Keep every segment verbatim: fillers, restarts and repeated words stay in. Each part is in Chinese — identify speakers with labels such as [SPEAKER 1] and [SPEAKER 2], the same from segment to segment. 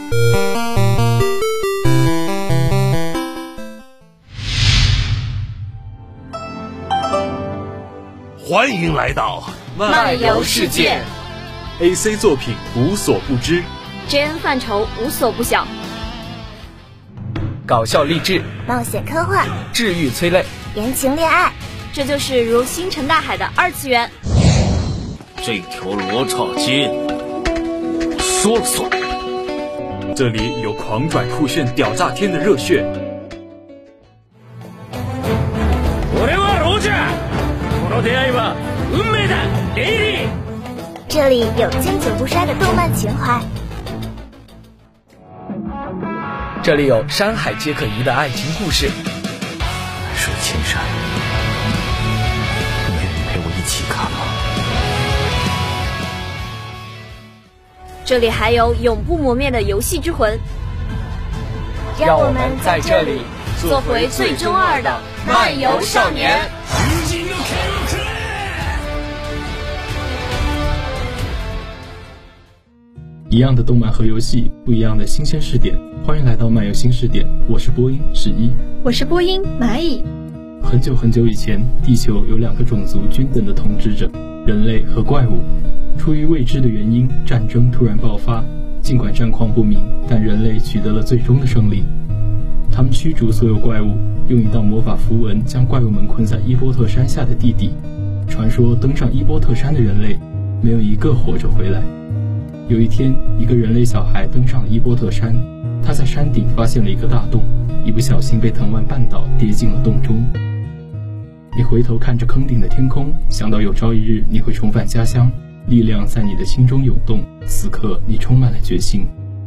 [SPEAKER 1] 欢迎来到
[SPEAKER 2] 漫游世界。
[SPEAKER 3] A C 作品无所不知，
[SPEAKER 2] J N 范畴无所不晓，
[SPEAKER 4] 搞笑励志，
[SPEAKER 5] 冒险科幻，
[SPEAKER 4] 治愈催泪，
[SPEAKER 5] 言情恋爱，
[SPEAKER 2] 这就是如星辰大海的二次元。
[SPEAKER 1] 这条罗刹街我说了算。
[SPEAKER 3] 这里有狂拽酷炫屌炸天的热血。
[SPEAKER 1] 俺はロジャー。この出会いは運命だ，レイリー。
[SPEAKER 5] 这里有经久不衰的动漫情怀，
[SPEAKER 4] 这里有山海皆可移的爱情故事。
[SPEAKER 1] 水千山，你愿意陪我一起看吗？
[SPEAKER 2] 这里还有永不磨灭的游戏之魂。
[SPEAKER 4] 让我们在这里
[SPEAKER 2] 做回最中二的漫游少年。
[SPEAKER 6] 一样的动漫和游戏，不一样的新鲜视点。欢迎来到漫游新视点，我是播音十一，
[SPEAKER 2] 我是播音蚂蚁。
[SPEAKER 6] 很久很久以前，地球有两个种族均等的统治着，人类和怪物。出于未知的原因，战争突然爆发。尽管战况不明，但人类取得了最终的胜利。他们驱逐所有怪物，用一道魔法符文将怪物们困在伊波特山下的地底。传说登上伊波特山的人类，没有一个活着回来。有一天，一个人类小孩登上了伊波特山，他在山顶发现了一个大洞，一不小心被藤蔓绊倒，跌进了洞中。你回头看着坑顶的天空，想到有朝一日你会重返家乡，力量在你的心中涌动，此刻你充满了决心。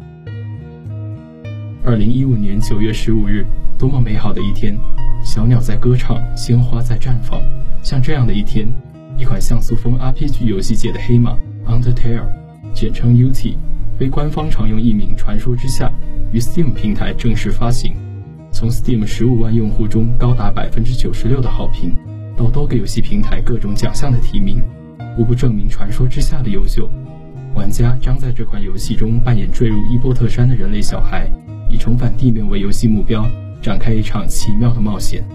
[SPEAKER 6] 二零一五年九月十五日，多么美好的一天！小鸟在歌唱，鲜花在绽放。像这样的一天，一款像素风 R P G 游戏界的黑马 Undertale， 简称 U T， 被官方常用译名传说之夏，于 Steam 平台正式发行。从 Steam 十五万用户中高达 百分之九十六 的好评，到多个游戏平台各种奖项的提名，无不证明传说之夏的优秀。玩家将在这款游戏中扮演坠入伊波特山的人类小孩，以重返地面为游戏目标，展开一场奇妙的冒险。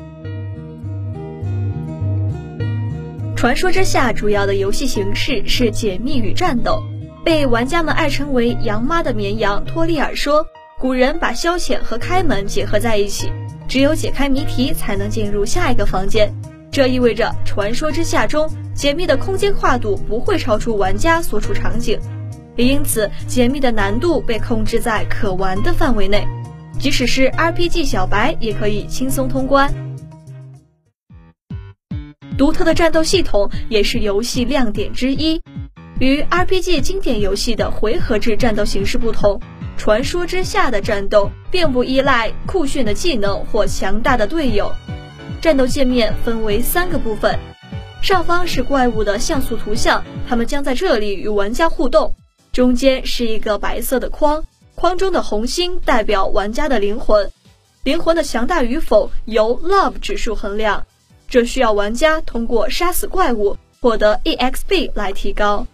[SPEAKER 2] 传说之夏主要的游戏形式是解密与战斗，被玩家们爱称为羊妈的绵羊托利尔说，古人把消遣和开门结合在一起，只有解开谜题才能进入下一个房间。这意味着传说之夏中解密的空间跨度不会超出玩家所处场景，也因此解密的难度被控制在可玩的范围内，即使是 R P G 小白也可以轻松通关。独特的战斗系统也是游戏亮点之一。与 R P G 经典游戏的回合制战斗形式不同，传说之夏的战斗并不依赖酷炫的技能或强大的队友。战斗界面分为三个部分，上方是怪物的像素图像，它们将在这里与玩家互动。中间是一个白色的框，框中的红心代表玩家的灵魂，灵魂的强大与否由 Love 指数衡量，这需要玩家通过杀死怪物获得 E X P 来提高。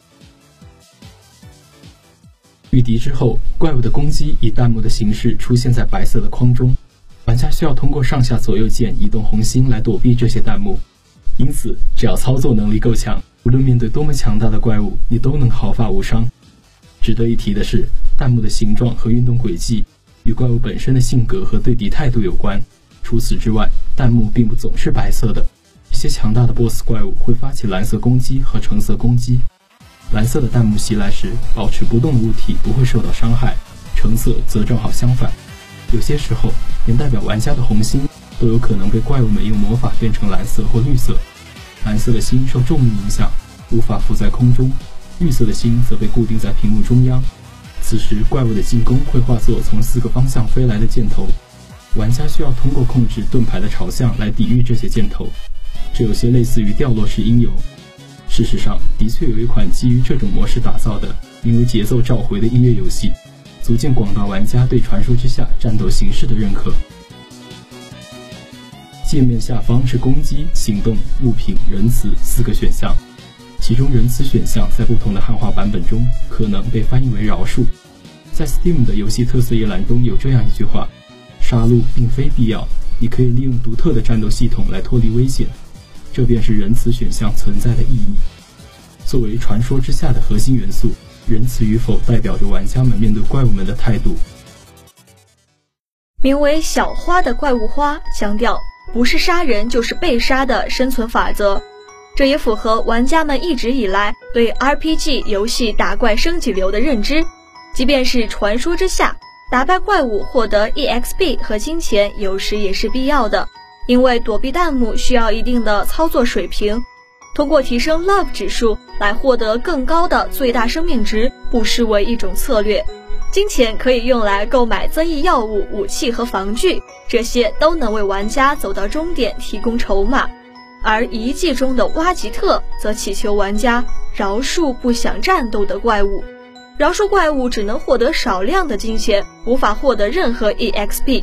[SPEAKER 6] 遇敌之后，怪物的攻击以弹幕的形式出现在白色的框中，玩家需要通过上下左右键移动红心来躲避这些弹幕。因此，只要操作能力够强，无论面对多么强大的怪物，你都能毫发无伤。值得一提的是，弹幕的形状和运动轨迹与怪物本身的性格和对敌态度有关。除此之外，弹幕并不总是白色的，一些强大的 B O S S 怪物会发起蓝色攻击和橙色攻击。蓝色的弹幕袭来时，保持不动的物体不会受到伤害，橙色则正好相反。有些时候，连代表玩家的红心都有可能被怪物们用魔法变成蓝色或绿色。蓝色的心受重力影响，无法浮在空中，绿色的心则被固定在屏幕中央。此时，怪物的进攻会化作从四个方向飞来的箭头，玩家需要通过控制盾牌的朝向来抵御这些箭头，这有些类似于掉落式音游。事实上，的确有一款基于这种模式打造的名为节奏召回的音乐游戏，足见广大玩家对传说之夏战斗形式的认可。界面下方是攻击、行动、物品、仁慈四个选项，其中仁慈选项在不同的汉化版本中可能被翻译为饶恕。 在 Steam 的游戏特色页栏中有这样一句话：杀戮并非必要，你可以利用独特的战斗系统来脱离危险，这便是仁慈选项存在的意义。作为传说之下的核心元素，仁慈与否代表着玩家们面对怪物们的态度。
[SPEAKER 2] 名为小花的怪物花强调不是杀人就是被杀的生存法则，这也符合玩家们一直以来对 R P G 游戏打怪升级流的认知。即便是传说之下，打败怪物获得 E X P 和金钱有时也是必要的，因为躲避弹幕需要一定的操作水平，通过提升 Love 指数来获得更高的最大生命值不失为一种策略。金钱可以用来购买增益药物、武器和防具，这些都能为玩家走到终点提供筹码。而遗迹中的挖吉特则祈求玩家饶恕不想战斗的怪物，饶恕怪物只能获得少量的金钱，无法获得任何 E X P。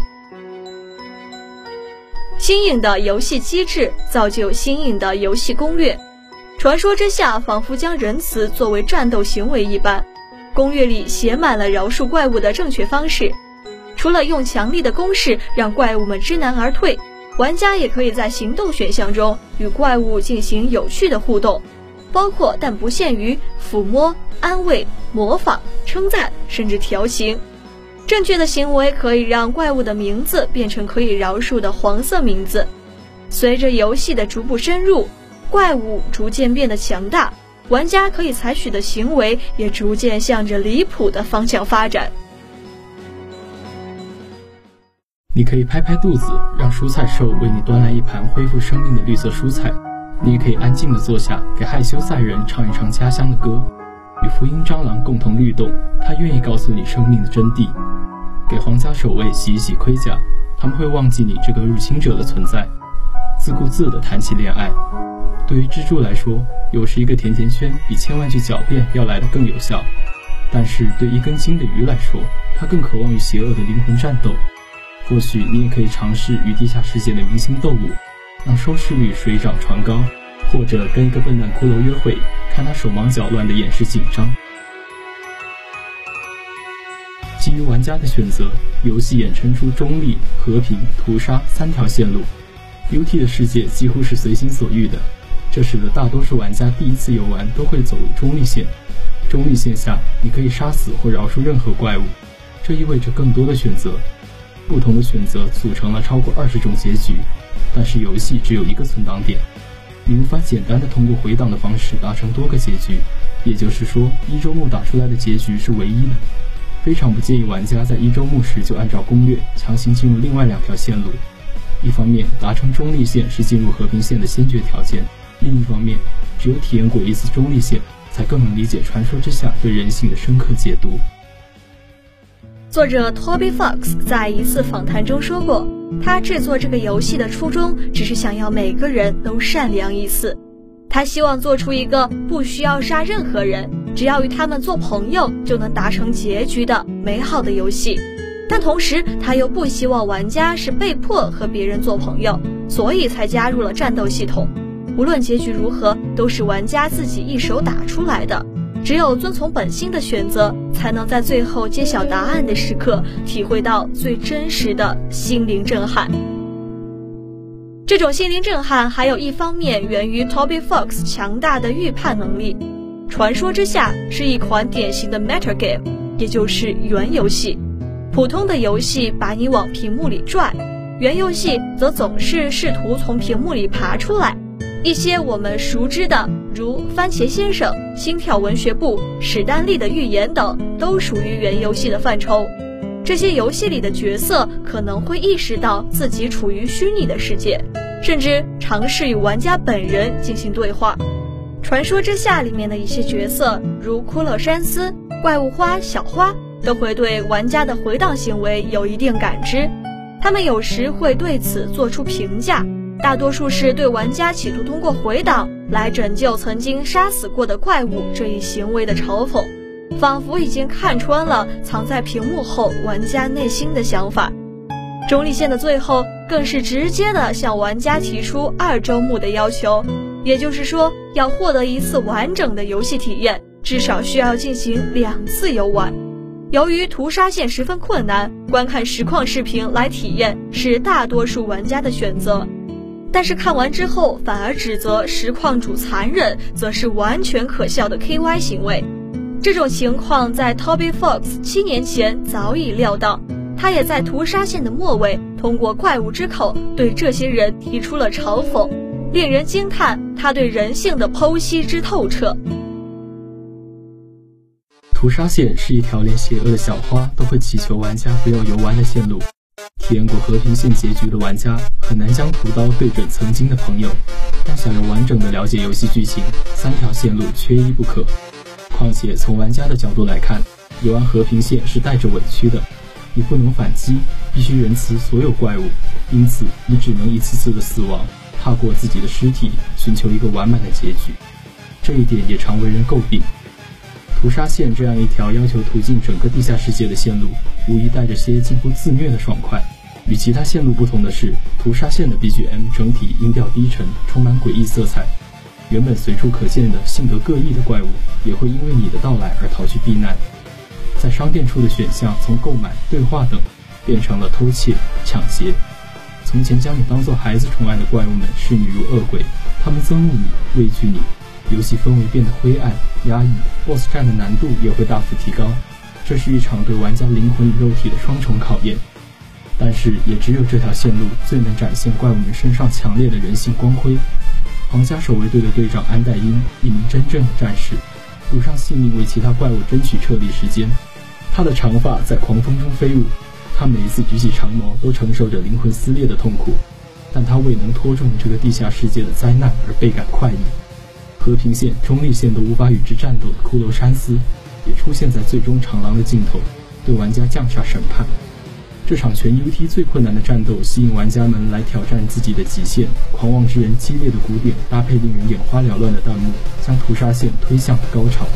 [SPEAKER 2] 新颖的游戏机制造就新颖的游戏攻略，传说之下仿佛将仁慈作为战斗行为一般，攻略里写满了饶恕怪物的正确方式。除了用强力的攻势让怪物们知难而退，玩家也可以在行动选项中与怪物进行有趣的互动，包括但不限于抚摸、安慰、模仿、称赞，甚至调情。正确的行为可以让怪物的名字变成可以饶恕的黄色名字。随着游戏的逐步深入，怪物逐渐变得强大，玩家可以采取的行为也逐渐向着离谱的方向发展。
[SPEAKER 6] 你可以拍拍肚子，让蔬菜兽为你端来一盘恢复生命的绿色蔬菜。你也可以安静地坐下，给害羞赛人唱一唱家乡的歌，与福音蟑螂共同律动，他愿意告诉你生命的真谛。给皇家守卫洗一洗盔甲，他们会忘记你这个入侵者的存在，自顾自地谈起恋爱。对于蜘蛛来说，有时一个甜甜圈比千万句狡辩要来得更有效，但是对一根筋的鱼来说，它更渴望与邪恶的灵魂战斗。或许你也可以尝试与地下世界的明星斗舞，让收视率水涨船高，或者跟一个笨蛋骷髅约会，看他手忙脚乱的掩饰紧张。基于玩家的选择，游戏衍生出中立、和平、屠杀三条线路。U T 的世界几乎是随心所欲的，这使得大多数玩家第一次游玩都会走入中立线。中立线下，你可以杀死或饶恕任何怪物，这意味着更多的选择。不同的选择组成了超过二十种结局，但是游戏只有一个存档点，你无法简单的通过回档的方式达成多个结局，也就是说，一周目打出来的结局是唯一的。非常不建议玩家在一周目时就按照攻略强行进入另外两条线路。一方面，达成中立线是进入和平线的先决条件；另一方面，只有体验过一次中立线，才更能理解传说之下对人性的深刻解读。
[SPEAKER 2] 作者 Toby Fox 在一次访谈中说过，他制作这个游戏的初衷只是想要每个人都善良一次。他希望做出一个不需要杀任何人，只要与他们做朋友就能达成结局的美好的游戏。但同时他又不希望玩家是被迫和别人做朋友，所以才加入了战斗系统。无论结局如何，都是玩家自己一手打出来的。只有遵从本心的选择，才能在最后揭晓答案的时刻体会到最真实的心灵震撼。这种心灵震撼还有一方面源于 Toby Fox 强大的预判能力。传说之下是一款典型的 meta game， 也就是原游戏。普通的游戏把你往屏幕里拽，原游戏则总是试图从屏幕里爬出来。一些我们熟知的如番茄先生、心跳文学部、史丹利的预言等都属于原游戏的范畴。这些游戏里的角色可能会意识到自己处于虚拟的世界，甚至尝试与玩家本人进行对话。传说之下里面的一些角色如骷髅山斯、怪物花、小花都会对玩家的回档行为有一定感知，他们有时会对此做出评价，大多数是对玩家企图通过回档来拯救曾经杀死过的怪物这一行为的嘲讽，仿佛已经看穿了藏在屏幕后玩家内心的想法。中立线的最后更是直接的向玩家提出二周目的要求，也就是说，要获得一次完整的游戏体验，至少需要进行两次游玩。 由于屠杀线十分困难，观看实况视频来体验是大多数玩家的选择。但是看完之后反而指责实况主残忍，则是完全可笑的 K Y 行为。这种情况在 Toby Fox 七年前早已料到，他也在屠杀线的末尾通过怪物之口对这些人提出了嘲讽，令人惊叹他对人性的剖析之透彻。
[SPEAKER 6] 屠杀线是一条连邪恶的小花都会祈求玩家不要游玩的线路。体验过和平线结局的玩家很难将屠刀对准曾经的朋友，但想要完整的了解游戏剧情，三条线路缺一不可。况且从玩家的角度来看，游玩和平线是带着委屈的，你不能反击，必须仁慈所有怪物，因此你只能一次次的死亡，踏过自己的尸体，寻求一个完满的结局。这一点也常为人诟病。屠杀线这样一条要求途径整个地下世界的线路，无疑带着些近乎自虐的爽快。与其他线路不同的是，屠杀线的 B G M 整体音调低沉，充满诡异色彩。原本随处可见的性格各异的怪物，也会因为你的到来而逃去避难。在商店处的选项从购买、对话等，变成了偷窃、抢劫。从前将你当作孩子宠爱的怪物们视你如恶鬼，他们憎恶你、畏惧你。游戏氛围变得灰暗、压抑 ，B O S S 战的难度也会大幅提高。这是一场对玩家灵魂与肉体的双重考验。但是也只有这条线路最能展现怪物们身上强烈的人性光辉。皇家守卫队的队长安代因，一名真正的战士，赌上性命为其他怪物争取撤离时间。他的长发在狂风中飞舞，他每一次举起长矛都承受着灵魂撕裂的痛苦，但他未能拖中这个地下世界的灾难而倍感快意。和平线、中立线都无法与之战斗的骷髅山司，也出现在最终长廊的尽头，对玩家降下审判。这场全 U T 最困难的战斗吸引玩家们来挑战自己的极限，狂妄之人激烈的鼓点搭配令人眼花缭乱的弹幕，将屠杀线推向了高潮。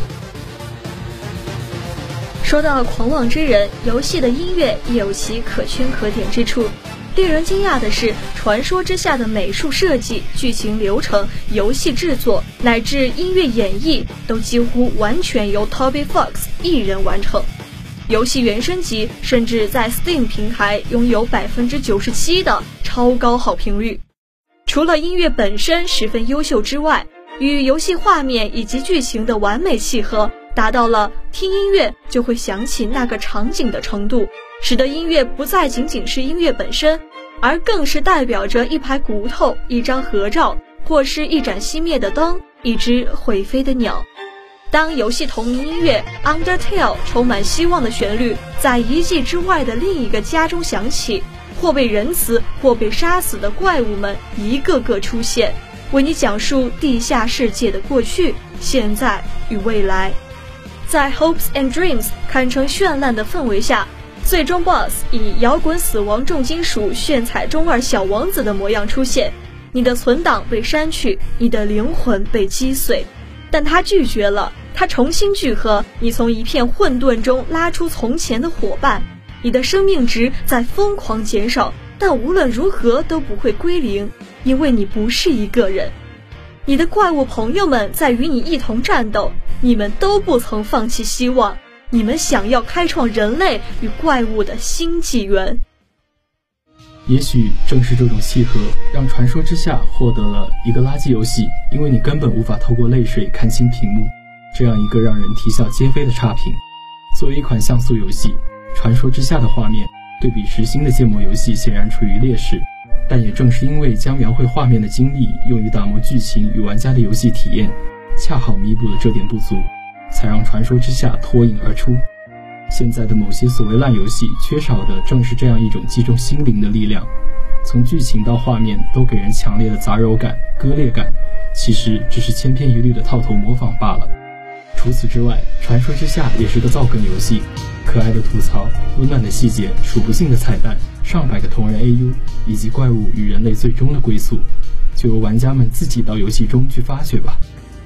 [SPEAKER 2] 说到狂妄之人，游戏的音乐也有其可圈可点之处。令人惊讶的是，传说之下的美术设计、剧情流程、游戏制作乃至音乐演绎都几乎完全由 Toby Fox 一人完成。游戏原声集甚至在 Steam 平台拥有 百分之九十七 的超高好评率。除了音乐本身十分优秀之外，与游戏画面以及剧情的完美契合，达到了听音乐就会想起那个场景的程度，使得音乐不再仅仅是音乐本身，而更是代表着一排骨头、一张合照，或是一盏熄灭的灯、一只会飞的鸟。当游戏同名音乐 Undertale 充满希望的旋律在一季之外的另一个家中响起，或被仁慈或被杀死的怪物们一个个出现，为你讲述地下世界的过去、现在与未来。在 Hopes and Dreams 堪称绚烂的氛围下，最终 boss 以摇滚死亡重金属炫彩中二小王子的模样出现，你的存档被删去，你的灵魂被击碎，但他拒绝了，他重新聚合你从一片混沌中拉出从前的伙伴，你的生命值在疯狂减少，但无论如何都不会归零，因为你不是一个人。你的怪物朋友们在与你一同战斗，你们都不曾放弃希望，你们想要开创人类与怪物的新纪元。
[SPEAKER 6] 也许正是这种契合，让传说之下获得了一个垃圾游戏，因为你根本无法透过泪水看清屏幕，这样一个让人啼笑皆非的差评。作为一款像素游戏，传说之下的画面对比实心的建模游戏显然处于劣势，但也正是因为将描绘画面的精力用于打磨剧情与玩家的游戏体验，恰好弥补了这点不足，才让传说之下脱颖而出。现在的某些所谓烂游戏缺少的正是这样一种击中心灵的力量，从剧情到画面都给人强烈的杂糅感、割裂感，其实只是千篇一律的套头模仿罢了。除此之外，传说之下也是个造梗游戏，可爱的吐槽、温暖的细节、数不尽的彩蛋、上百个同人 A U 以及怪物与人类最终的归宿，就由玩家们自己到游戏中去发掘吧。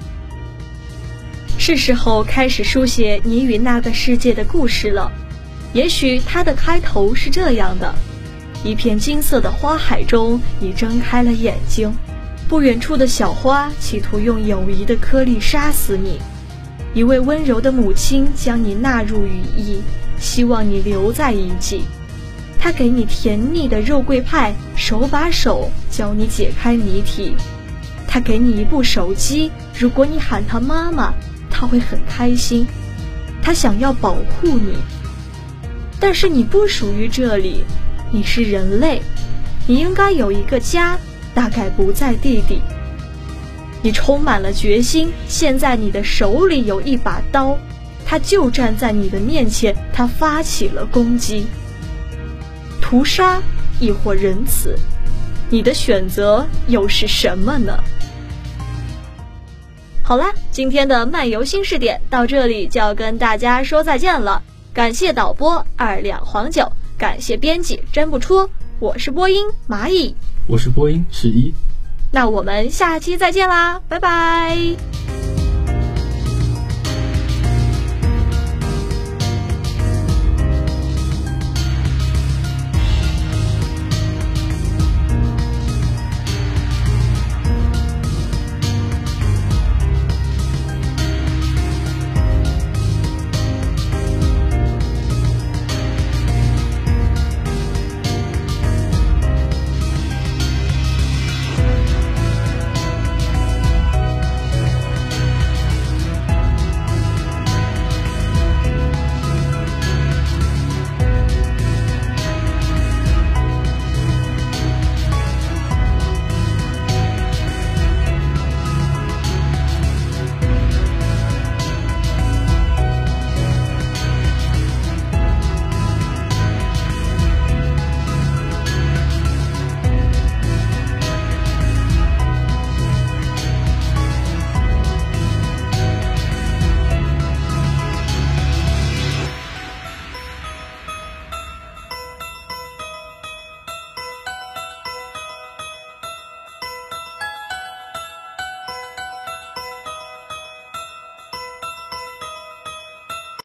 [SPEAKER 2] 是时候开始书写你与那个世界的故事了。也许它的开头是这样的：一片金色的花海中，你睁开了眼睛，不远处的小花企图用友谊的颗粒杀死你，一位温柔的母亲将你纳入羽翼， 希望你留在一起。他给你甜腻的肉桂派，手把手教你解开谜题。他给你一部手机，如果你喊他妈妈，他会很开心。他想要保护你，但是你不属于这里，你是人类，你应该有一个家，大概不在地底。你充满了决心，现在你的手里有一把刀，他就站在你的面前，他发起了攻击。屠杀亦或仁慈，你的选择又是什么呢？好啦，今天的漫游新视点到这里就要跟大家说再见了。感谢导播二两黄酒，感谢编辑真不出，我是播音蚂蚁，
[SPEAKER 6] 我是播音十一。
[SPEAKER 2] 那我们下期再见啦，拜拜。